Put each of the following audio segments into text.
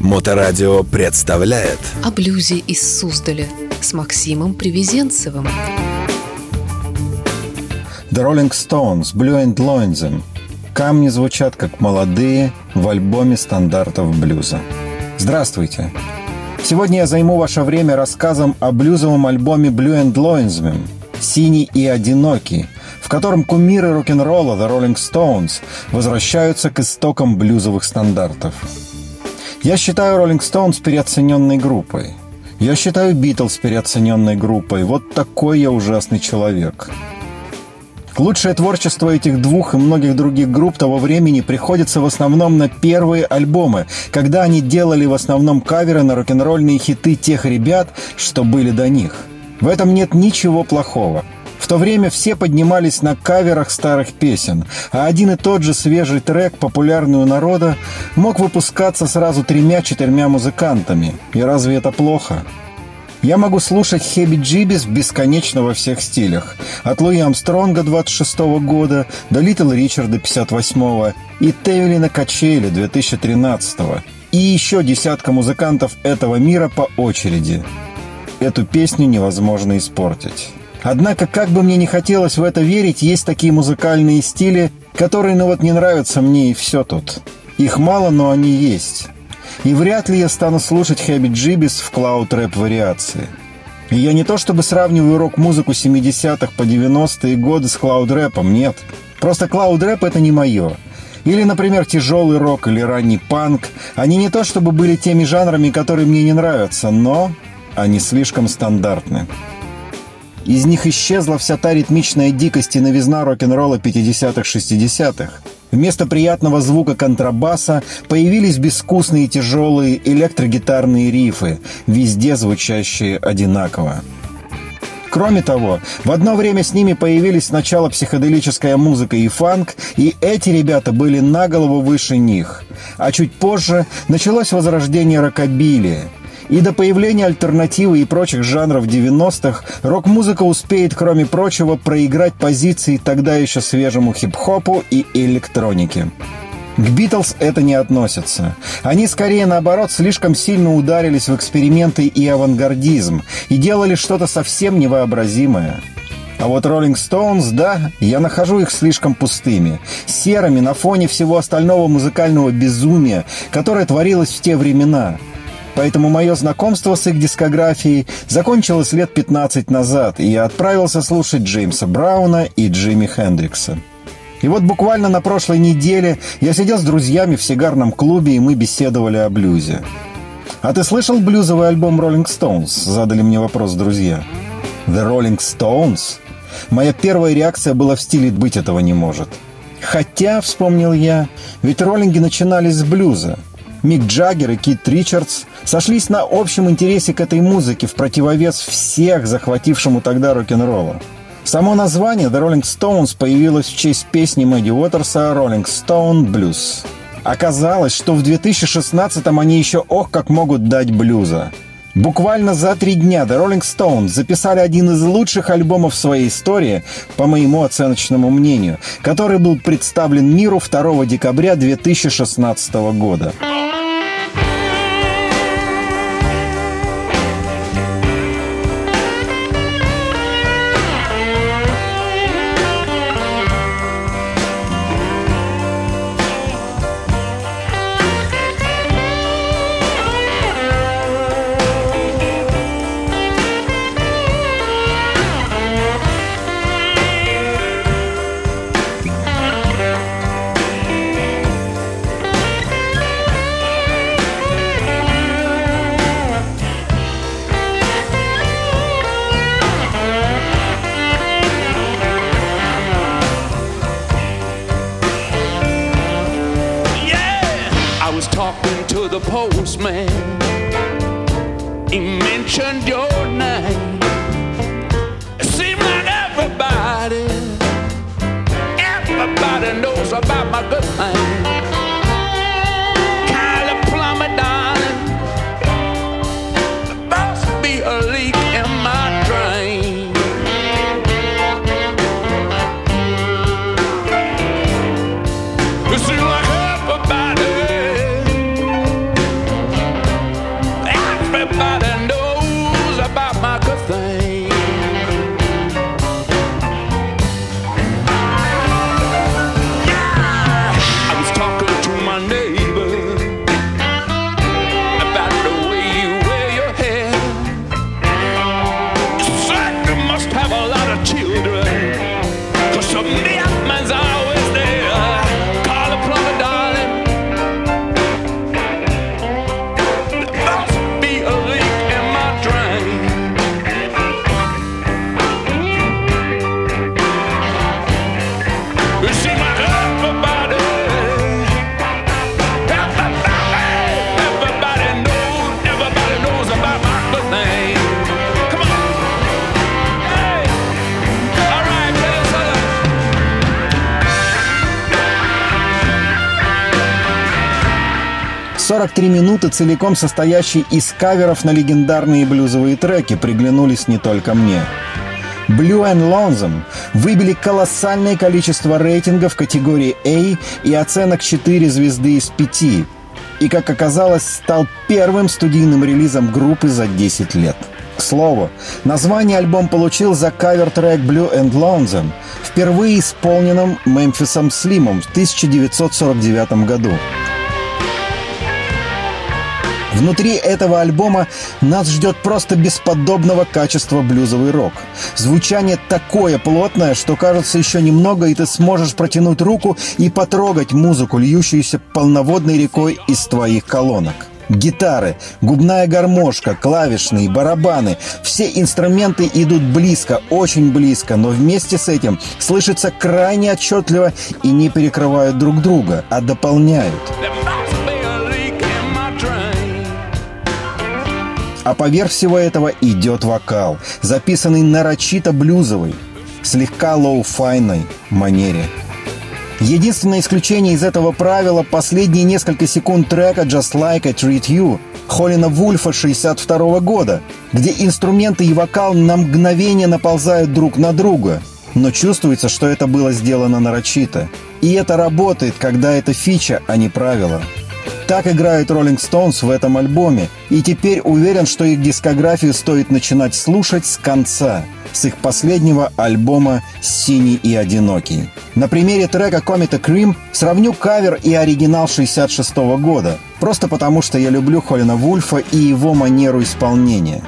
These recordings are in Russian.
Моторадио представляет О блюзе из Суздаля с Максимом Привезенцевым. The Rolling Stones, Blue and Lonesome. Камни звучат как молодые в альбоме стандартов блюза. Здравствуйте! Сегодня я займу ваше время рассказом о блюзовом альбоме Blue and Lonesome «Синий и одинокий», в котором кумиры рок-н-ролла The Rolling Stones возвращаются к истокам блюзовых стандартов. Я считаю Rolling Stones переоцененной группой. Я считаю Beatles переоцененной группой. Вот такой я ужасный человек. Лучшее творчество этих двух и многих других групп того времени приходится в основном на первые альбомы, когда они делали в основном каверы на рок-н-ролльные хиты тех ребят, что были до них. В этом нет ничего плохого. В то время все поднимались на каверах старых песен, а один и тот же свежий трек, популярный у народа, мог выпускаться сразу 3-4 музыкантами. И разве это плохо? Я могу слушать Хэби Джибис бесконечно во всех стилях. От Луи Армстронга 26-го года до Литл Ричарда 58-го и Тевелина Качели 2013-го. И еще десятка музыкантов этого мира по очереди. Эту песню невозможно испортить. Однако, как бы мне ни хотелось в это верить, есть такие музыкальные стили, которые, не нравятся мне, и все тут. Их мало, но они есть. И вряд ли я стану слушать Хэби Джибис в клауд-рэп вариации. И я не то чтобы сравниваю рок-музыку 70-х по 90-е годы с клауд-рэпом, нет. Просто клауд-рэп — это не мое. Или, например, тяжелый рок или ранний панк. Они не то чтобы были теми жанрами, которые мне не нравятся, но они слишком стандартны. Из них исчезла вся та ритмичная дикость и новизна рок-н-ролла 50-х, 60-х. Вместо приятного звука контрабаса появились безвкусные тяжелые электрогитарные рифы, везде звучащие одинаково. Кроме того, в одно время с ними появились сначала психоделическая музыка и фанк, и эти ребята были на голову выше них. А чуть позже началось возрождение рокобили. И до появления альтернативы и прочих жанров 90-х рок-музыка успеет, кроме прочего, проиграть позиции тогда еще свежему хип-хопу и электронике. К Beatles это не относится. Они, скорее, наоборот, слишком сильно ударились в эксперименты и авангардизм и делали что-то совсем невообразимое. А вот Rolling Stones, да, я нахожу их слишком пустыми, серыми на фоне всего остального музыкального безумия, которое творилось в те времена. Поэтому мое знакомство с их дискографией закончилось лет 15 назад, и я отправился слушать Джеймса Брауна и Джимми Хендрикса. И вот буквально на прошлой неделе я сидел с друзьями в сигарном клубе, и мы беседовали о блюзе. «А ты слышал блюзовый альбом Rolling Stones?» — задали мне вопрос друзья. «The Rolling Stones?» Моя первая реакция была в стиле «быть этого не может». Хотя, вспомнил я, ведь роллинги начинались с блюза. Мик Джаггер и Кит Ричардс сошлись на общем интересе к этой музыке в противовес всех захватившему тогда рок-н-роллу. Само название The Rolling Stones появилось в честь песни Мэдди Уотерса «Rolling Stone Blues». Оказалось, что в 2016-м они еще ох как могут дать блюза. Буквально за 3 дня The Rolling Stones записали один из лучших альбомов в своей истории, по моему оценочному мнению, который был представлен миру 2 декабря 2016 года. Talking to the postman, he mentioned your name. It seemed like everybody knows about my good thing. Kylie Plummer, darling, there must be a leak in my drain. It seems like everybody 43 минуты, целиком состоящие из каверов на легендарные блюзовые треки, приглянулись не только мне. Blue and Lonesome выбили колоссальное количество рейтингов в категории A и оценок 4 звезды из 5. И, как оказалось, стал первым студийным релизом группы за 10 лет. К слову, название альбом получил за кавер-трек Blue and Lonesome, впервые исполненным Мемфисом Слимом в 1949 году. Внутри этого альбома нас ждет просто бесподобного качества блюзовый рок. Звучание такое плотное, что кажется еще немного, и ты сможешь протянуть руку и потрогать музыку, льющуюся полноводной рекой из твоих колонок. Гитары, губная гармошка, клавишные, барабаны – все инструменты идут близко, очень близко, но вместе с этим слышатся крайне отчетливо и не перекрывают друг друга, а дополняют. А поверх всего этого идет вокал, записанный нарочито блюзовой, слегка лоу-файной манере. Единственное исключение из этого правила — последние несколько секунд трека «Just Like I Treat You» Холлина Вульфа 1962 года, где инструменты и вокал на мгновение наползают друг на друга, но чувствуется, что это было сделано нарочито. И это работает, когда это фича, а не правило. Так играют Rolling Stones в этом альбоме, и теперь уверен, что их дискографию стоит начинать слушать с конца, с их последнего альбома «Синий и одинокий». На примере трека «Cometa Cream» сравню кавер и оригинал 1966 года, просто потому что я люблю Холлина Вульфа и его манеру исполнения.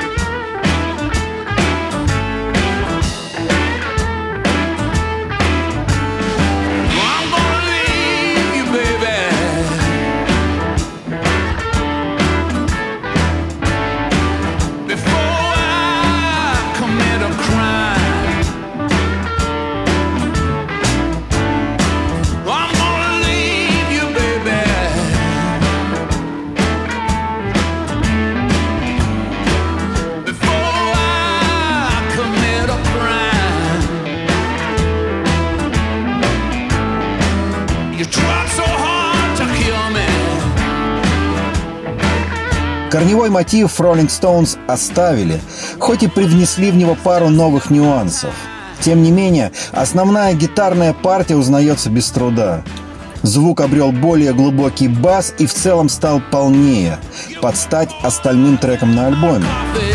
Корневой мотив Rolling Stones оставили, хоть и привнесли в него пару новых нюансов. Тем не менее, основная гитарная партия узнается без труда. Звук обрел более глубокий бас и в целом стал полнее, под стать остальным трекам на альбоме.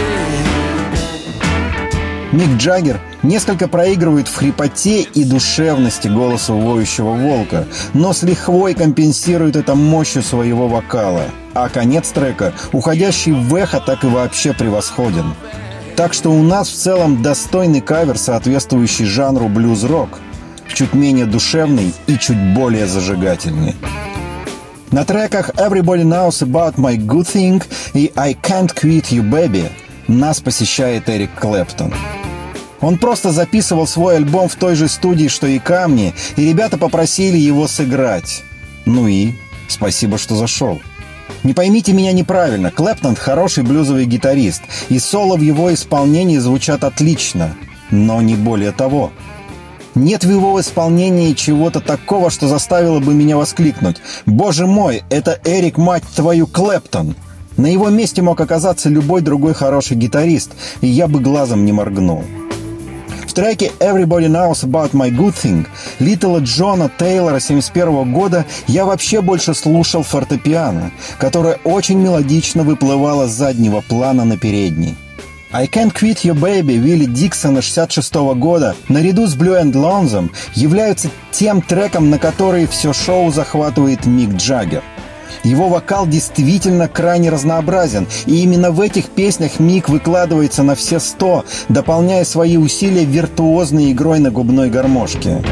Мик Джаггер несколько проигрывает в хрипоте и душевности голоса воющего волка, но с лихвой компенсирует это мощью своего вокала. А конец трека, уходящий в эхо, так и вообще превосходен. Так что у нас в целом достойный кавер, соответствующий жанру блюз-рок, чуть менее душевный и чуть более зажигательный. На треках «Everybody Knows About My Good Thing» и «I Can't Quit You Baby» нас посещает Эрик Клэптон. Он просто записывал свой альбом в той же студии, что и «Камни», и ребята попросили его сыграть. Ну и спасибо, что зашел. Не поймите меня неправильно, Клэптон хороший блюзовый гитарист, и соло в его исполнении звучат отлично, но не более того. Нет в его исполнении чего-то такого, что заставило бы меня воскликнуть: «Боже мой, это Эрик, мать твою, Клэптон!» На его месте мог оказаться любой другой хороший гитарист, и я бы глазом не моргнул. В треке «Everybody Knows About My Good Thing» Литла Джона Тейлора 1971 года я вообще больше слушал фортепиано, которое очень мелодично выплывало с заднего плана на передний. «I Can't Quit You Baby» Вилли Диксона 1966 года наряду с «Blue and Lonesome» являются тем треком, на который все шоу захватывает Мик Джаггер. Его вокал действительно крайне разнообразен, и именно в этих песнях Мик выкладывается на все 100, дополняя свои усилия виртуозной игрой на губной гармошке.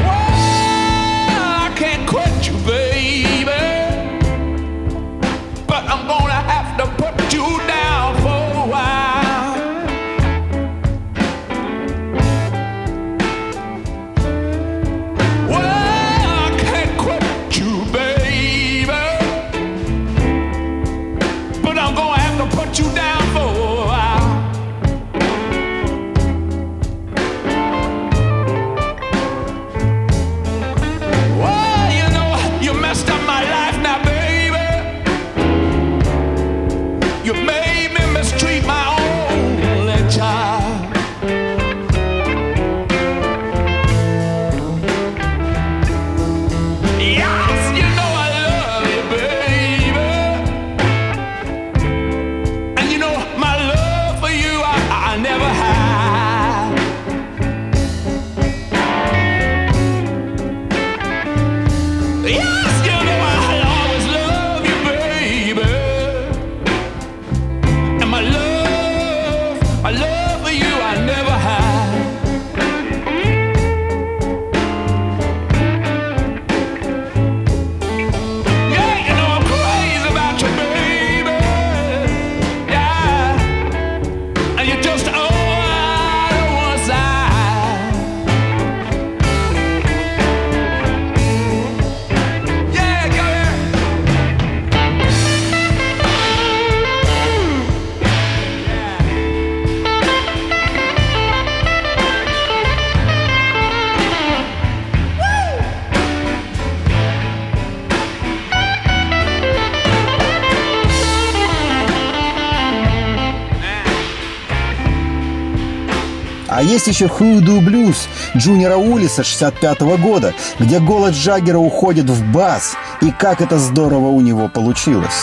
А есть еще Hoodoo Blues Джуниора Уиллиса 65 года, где голос Джаггера уходит в бас, и как это здорово у него получилось.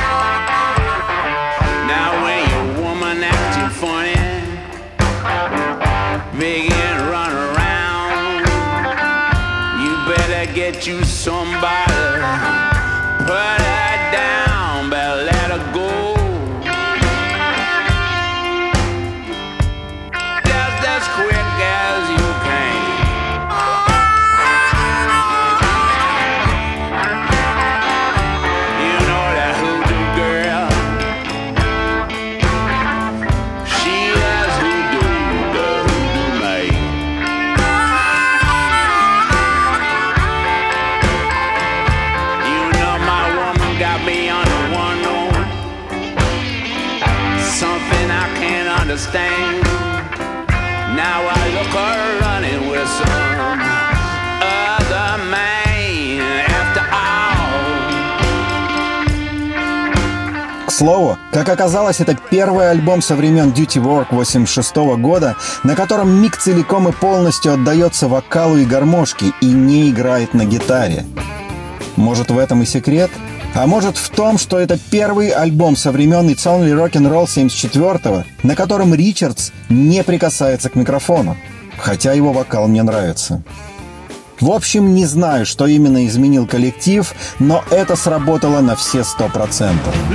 Get you somebody, put her down, but let her go. Just as quick as you can. You know that hoodoo girl, she has hoodoo, the hoodoo maid. Understand. Now I look her running with some other man after all. К слову, как оказалось, это первый альбом со времен Duty Work 86 года, на котором Мик целиком и полностью отдается вокалу и гармошке и не играет на гитаре. Может, в этом и секрет? А может в том, что это первый альбом со времен It's Only Rock'n'Roll 74-го, на котором Ричардс не прикасается к микрофону, хотя его вокал мне нравится. В общем, не знаю, что именно изменил коллектив, но это сработало на все 100%.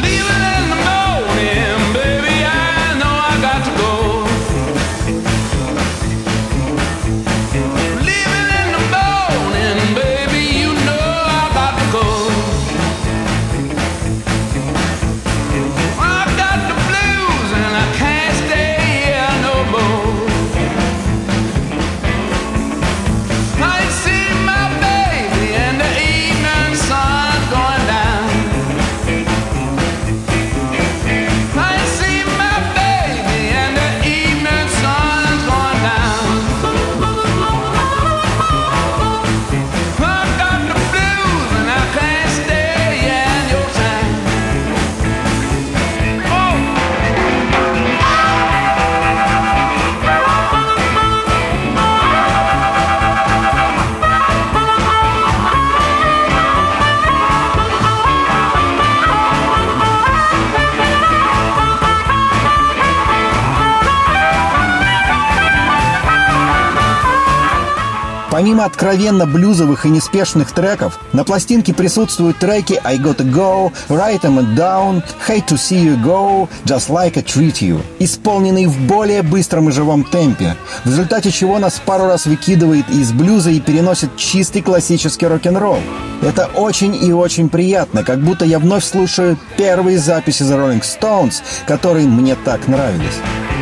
Помимо откровенно блюзовых и неспешных треков, на пластинке присутствуют треки I Gotta Go, Write 'Em Down, Hate to See You Go, Just Like I Treat You, исполненные в более быстром и живом темпе, в результате чего нас пару раз выкидывает из блюза и переносит чистый классический рок-н-ролл. Это очень и очень приятно, как будто я вновь слушаю первые записи The Rolling Stones, которые мне так нравились.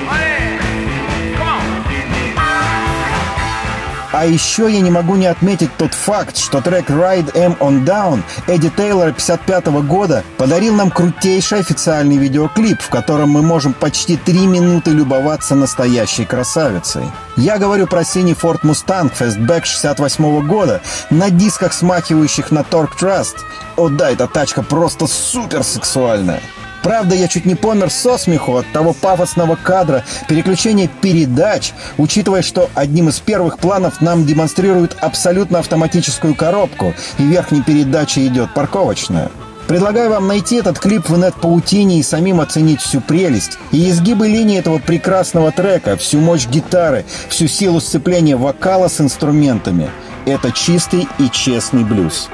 А еще я не могу не отметить тот факт, что трек Ride 'Em On Down Эдди Тейлора 55 года подарил нам крутейший официальный видеоклип, в котором мы можем почти 3 минуты любоваться настоящей красавицей. Я говорю про синий Ford Mustang Fastback 68 года на дисках, смахивающих на Torque Trust. О да, эта тачка просто супер сексуальная. Правда, я чуть не помер со смеху от того пафосного кадра переключения передач, учитывая, что одним из первых планов нам демонстрируют абсолютно автоматическую коробку, и верхней передачей идет парковочная. Предлагаю вам найти этот клип в инет-паутине и самим оценить всю прелесть и изгибы линии этого прекрасного трека, всю мощь гитары, всю силу сцепления вокала с инструментами. Это чистый и честный блюз.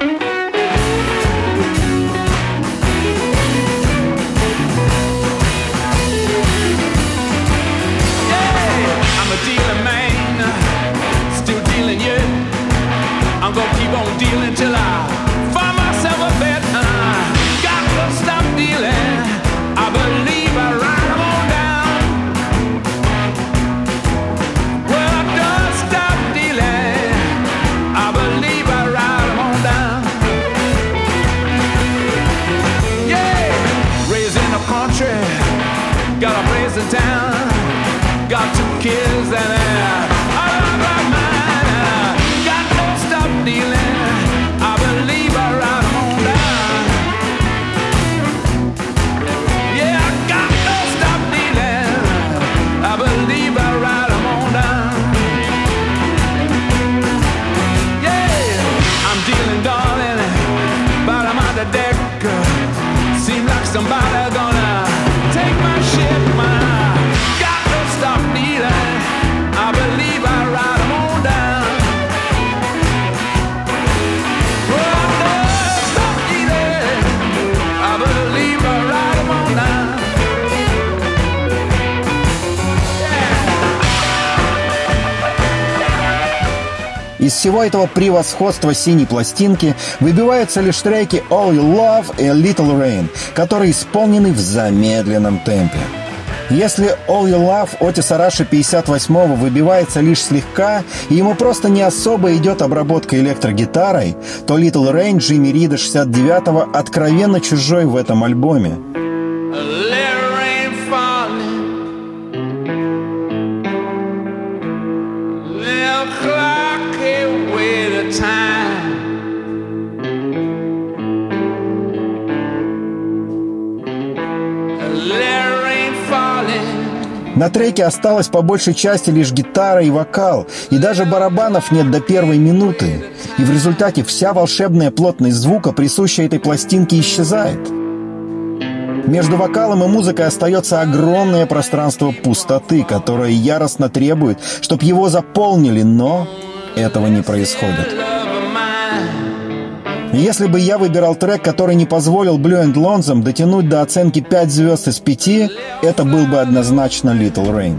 Got a place in town, got 2 kids and I love my mind. Got no stop dealing, I believe I ride 'em on down. Yeah, I got no stop dealing, I believe I ride 'em on down. Из всего этого превосходства синей пластинки выбиваются лишь треки «All You Love» и «Little Rain», которые исполнены в замедленном темпе. Если «All You Love» Отиса Раша 58-го выбивается лишь слегка, и ему просто не особо идет обработка электрогитарой, то «Little Rain» Джимми Рида 69-го откровенно чужой в этом альбоме. На треке осталось по большей части лишь гитара и вокал, и даже барабанов нет до первой минуты. И в результате вся волшебная плотность звука, присущая этой пластинке, исчезает. Между вокалом и музыкой остается огромное пространство пустоты, которое яростно требует, чтобы его заполнили, но этого не происходит. Если бы я выбирал трек, который не позволил Blue and Lonesome дотянуть до оценки 5 звезд из 5, это был бы однозначно Little Rain.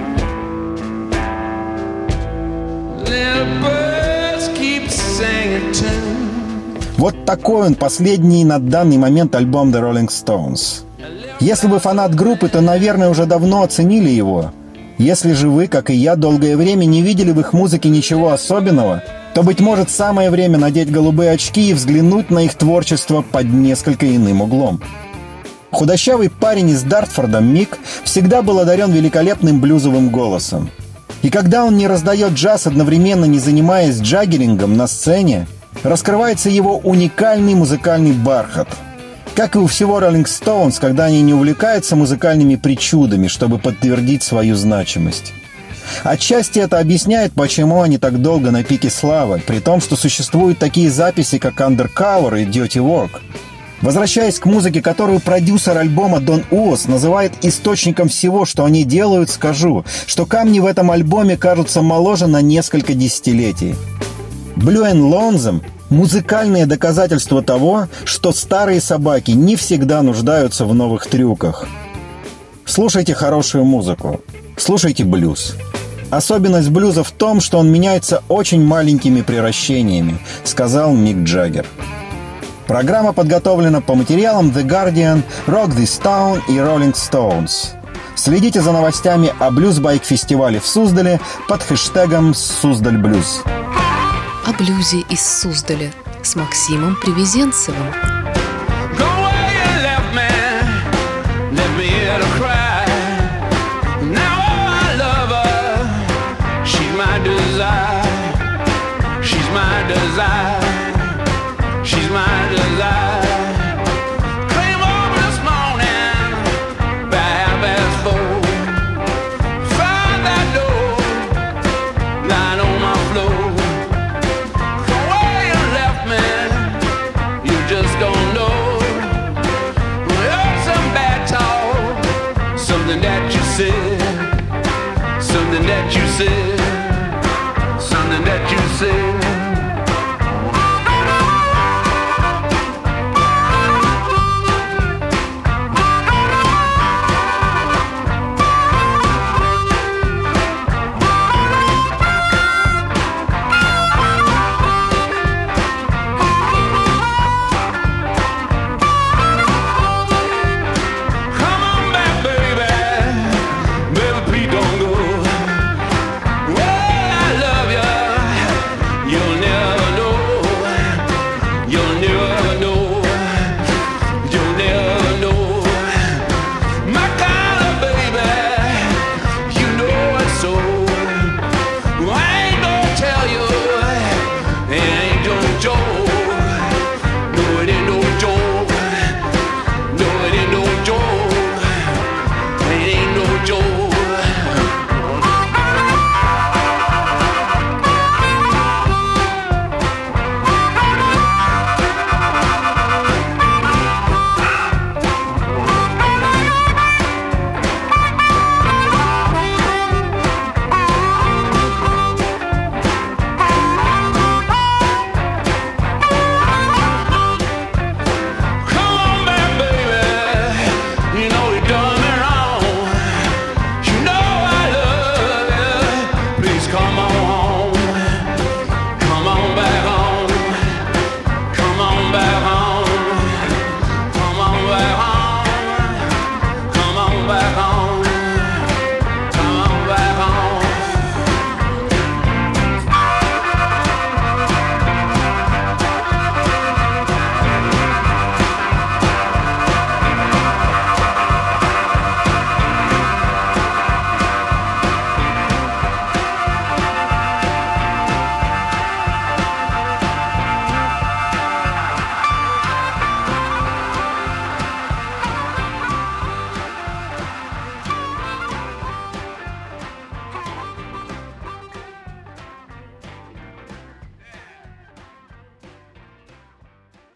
Вот такой он, последний на данный момент альбом The Rolling Stones. Если вы фанат группы, то, наверное, уже давно оценили его. Если же вы, как и я, долгое время не видели в их музыке ничего особенного, то, быть может, самое время надеть голубые очки и взглянуть на их творчество под несколько иным углом. Худощавый парень из Дартфорда Мик всегда был одарен великолепным блюзовым голосом. И когда он не раздает джаз, одновременно не занимаясь джаггерингом на сцене, раскрывается его уникальный музыкальный бархат. Как и у всего Rolling Stones, когда они не увлекаются музыкальными причудами, чтобы подтвердить свою значимость. Отчасти это объясняет, почему они так долго на пике славы, при том, что существуют такие записи, как Undercover и Dirty Work. Возвращаясь к музыке, которую продюсер альбома Дон Уос называет источником всего, что они делают, скажу, что камни в этом альбоме кажутся моложе на несколько десятилетий. Blue and Lonesome – музыкальное доказательство того, что старые собаки не всегда нуждаются в новых трюках. Слушайте хорошую музыку, слушайте блюз. Особенность блюза в том, что он меняется очень маленькими превращениями, сказал Мик Джаггер. Программа подготовлена по материалам The Guardian, Rock This Town и Rolling Stones. Следите за новостями о блюз-байк-фестивале в Суздале под хэштегом #SuzdalBlues. О блюзе из Суздаля с Максимом Привезенцевым. Something that you said